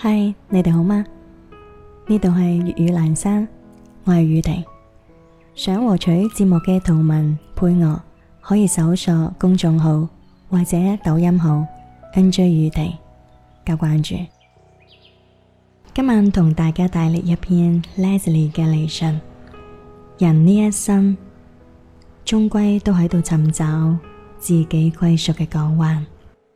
嗨，你哋好嗎？呢度係粵語闌珊，我係宇婷。想獲取節目嘅圖文配樂，可以搜索公眾號或者抖音號 NJ 宇婷加關注。今晚同大家帶嚟一篇 Leslie 嘅嚟信。人呢一生，終歸都喺度尋找自己歸屬嘅港灣。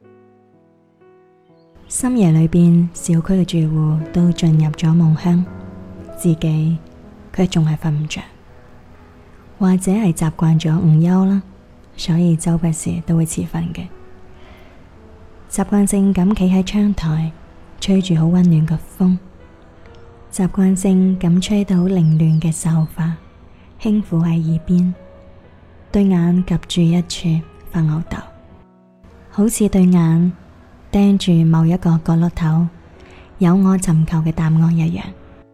深夜裏邊，小區嘅住戶都進入咗夢鄉，自己卻仲係瞓唔着，或者係習慣咗午休啦，所以周不時都會遲瞓嘅。習慣性咁企喺窗台，吹住好溫暖嘅風，習慣性咁吹到凌亂嘅秀髮，輕撫喺耳邊，對眼夾住一處發吽哣，好似對眼盯住某一個角落頭，有我尋求嘅答案一樣。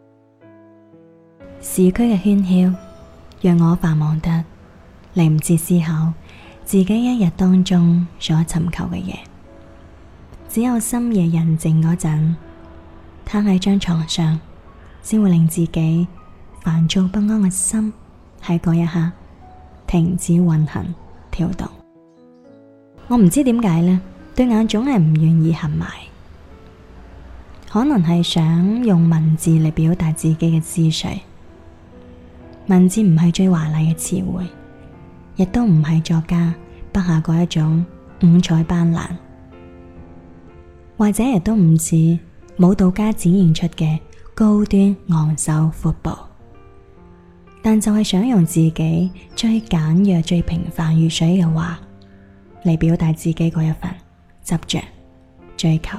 市區嘅喧囂讓我繁忙得嚟唔切思考自己一日當中所尋求嘅嘢，只有深夜人靜嗰陣，攤喺張床上，先會令自己煩躁不安嘅心喺嗰一刻停止運行跳動。我唔知點解呢，對眼總係唔願意合埋，可能係想用文字嚟表達自己嘅思緒。文字唔係最華麗嘅詞彙，亦都唔係作家筆下嗰一種五彩斑斕，或者亦都唔似舞蹈家展現出嘅高端昂首闊步，但就係想用自己最簡約最平凡如水嘅話嚟表達自己嗰一份執着追求。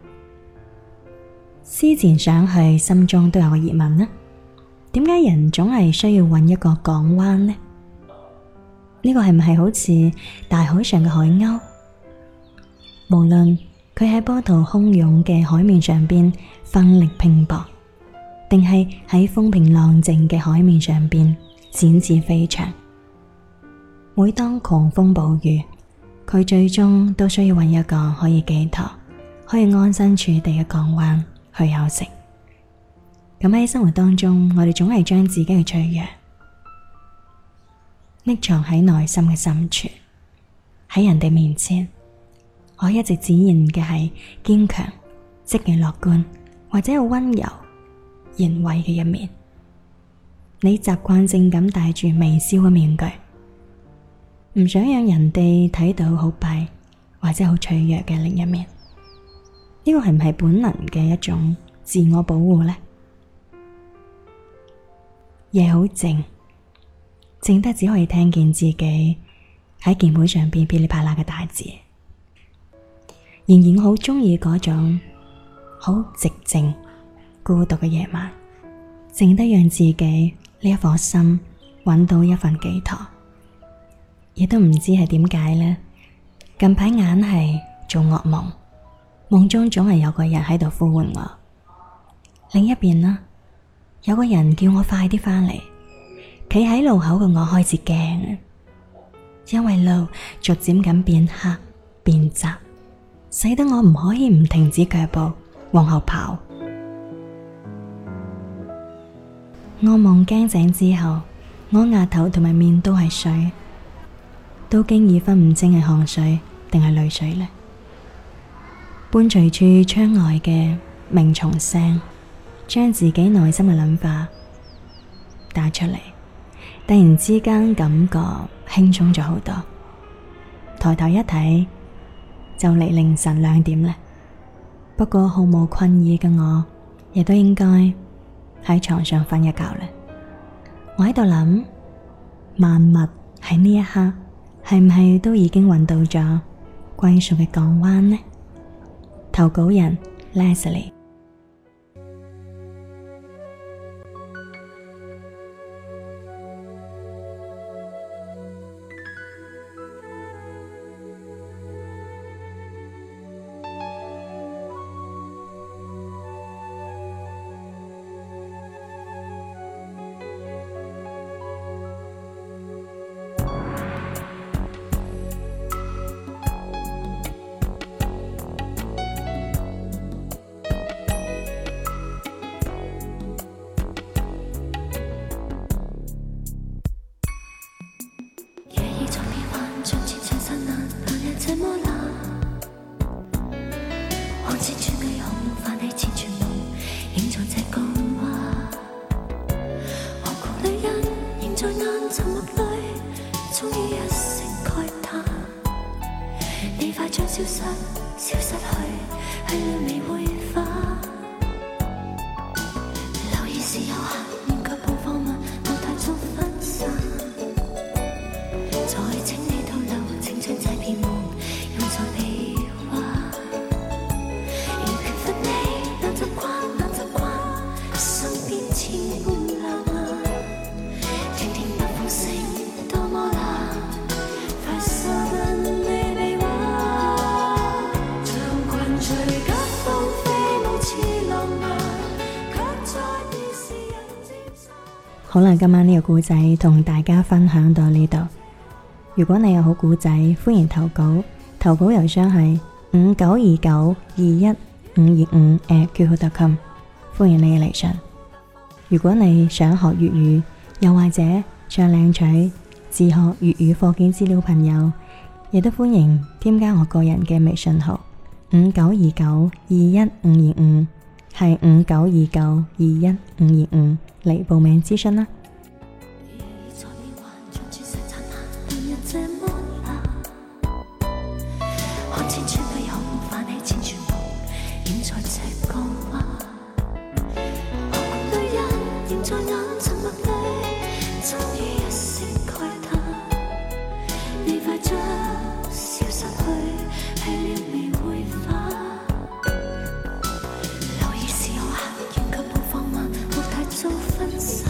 思前想去，心中都有個疑問呢，點解人總係需要搵一個港灣呢？呢個係唔係好似大海上嘅海鷗？無論佢喺波濤洶湧嘅海面上邊奮力拼搏，定係喺風平浪靜嘅海面上邊展翅飛翔，每當狂風暴雨，佢最終都需要搵一個可以寄託、可以安身處地嘅港灣去休息。咁喺生活當中，我哋總係將自己嘅脆弱匿藏喺內心嘅深處，喺人哋面前，我一直展現嘅係堅強、積極樂觀，或者有溫柔、賢惠嘅一面。你習慣性咁戴住微笑嘅面具，唔想讓人哋睇到好弊或者好脆弱嘅另一面。呢個係唔係本能嘅一種自我保護呢？夜好靜，靜得只可以聽見自己喺鍵盤上邊噼里啪啦嘅打字。然而我好鍾意嗰種好寂靜孤獨嘅夜晚，靜得讓自己呢一顆心搵到一份寄託。亦都唔知係點解呢，近排硬係做噩夢，夢中總係有個人喺度呼喚我。另一邊啦，有個人叫我快啲返嚟。企喺路口嘅我開始驚，因為路逐漸咁變黑變窄，使得我唔可以唔停止腳步往後跑。噩夢驚醒之後，我額頭同埋面都係水，都經已分唔清係汗水定係淚水呢。伴隨住窗外嘅鳴蟲聲，將自己內心嘅諗法打出嚟，突然之間感覺輕鬆咗好多。抬頭一睇，就嚟凌晨2點啦。不過毫無困意嘅我，亦都應該喺床上瞓一覺啦。我喺度諗，萬物喺呢一刻係唔係都已經揾到咗歸屬嘅港灣呢？投稿人 Leslie。 看似穿霓虹，泛起千串夢，映在這個畫。何故女人仍在眼沉默裏，終於一聲慨嘆。你快將消失，消失去，去了未會化。留意是有限，卻步放慢，無太早分散。再請你逗留，青春這片夢，用在被話。如缺乏你，難習慣，難習慣，身邊千般浪漫。甜甜不負盛，多麼難，快收緊你臂彎。像群隨急風飛舞似浪漫，卻在別時人漸散。好啦，今晚呢個故仔同大家分享到呢度。如果你有好故仔，歡迎投稿，投稿郵箱係5929215525@qq.com，歡迎你嘅嚟信。如果你想學粵語，又或者想領取自學粵語課件資料，朋友亦都歡迎添加我個人嘅微信號5929215525，係5929215525嚟報名諮詢啦。看千串霓虹，泛起千串夢，映在這個畫。何故女人仍在眼沉默裏，終於一聲慨嘆。你快將消失去，去了未會化。留意是有限，仍卻步放慢，沒太早分散。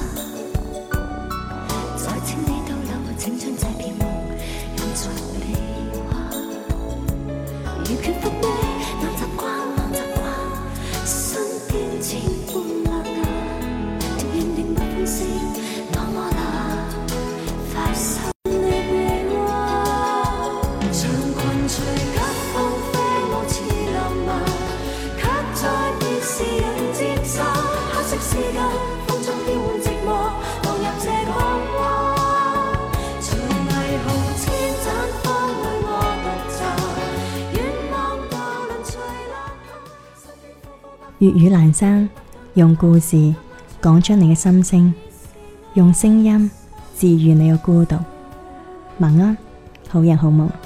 再請你逗留，請將這片夢用在被話。如缺乏你，難習慣，難習慣，身邊千般浪漫。甜甜不歡聲，多麼難，快收你臂彎。像群隨急風飛舞似浪漫，卻在別時人漸散。可惜時間，風中飄換寂寞，望入這個畫。從霓虹千盞花裏我獨站，遠望渡輪隨浪行。粵語闌珊，用故事講出你嘅心聲，用聲音治愈你嘅孤獨。晚安，好人好夢。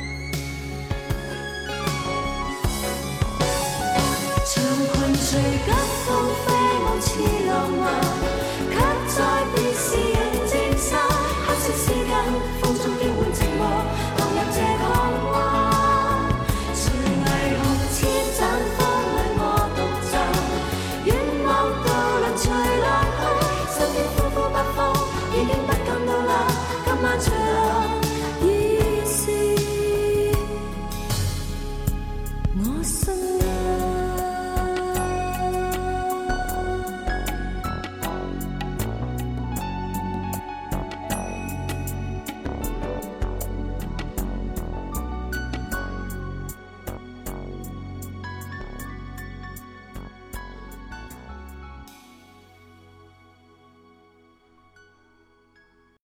像群隨急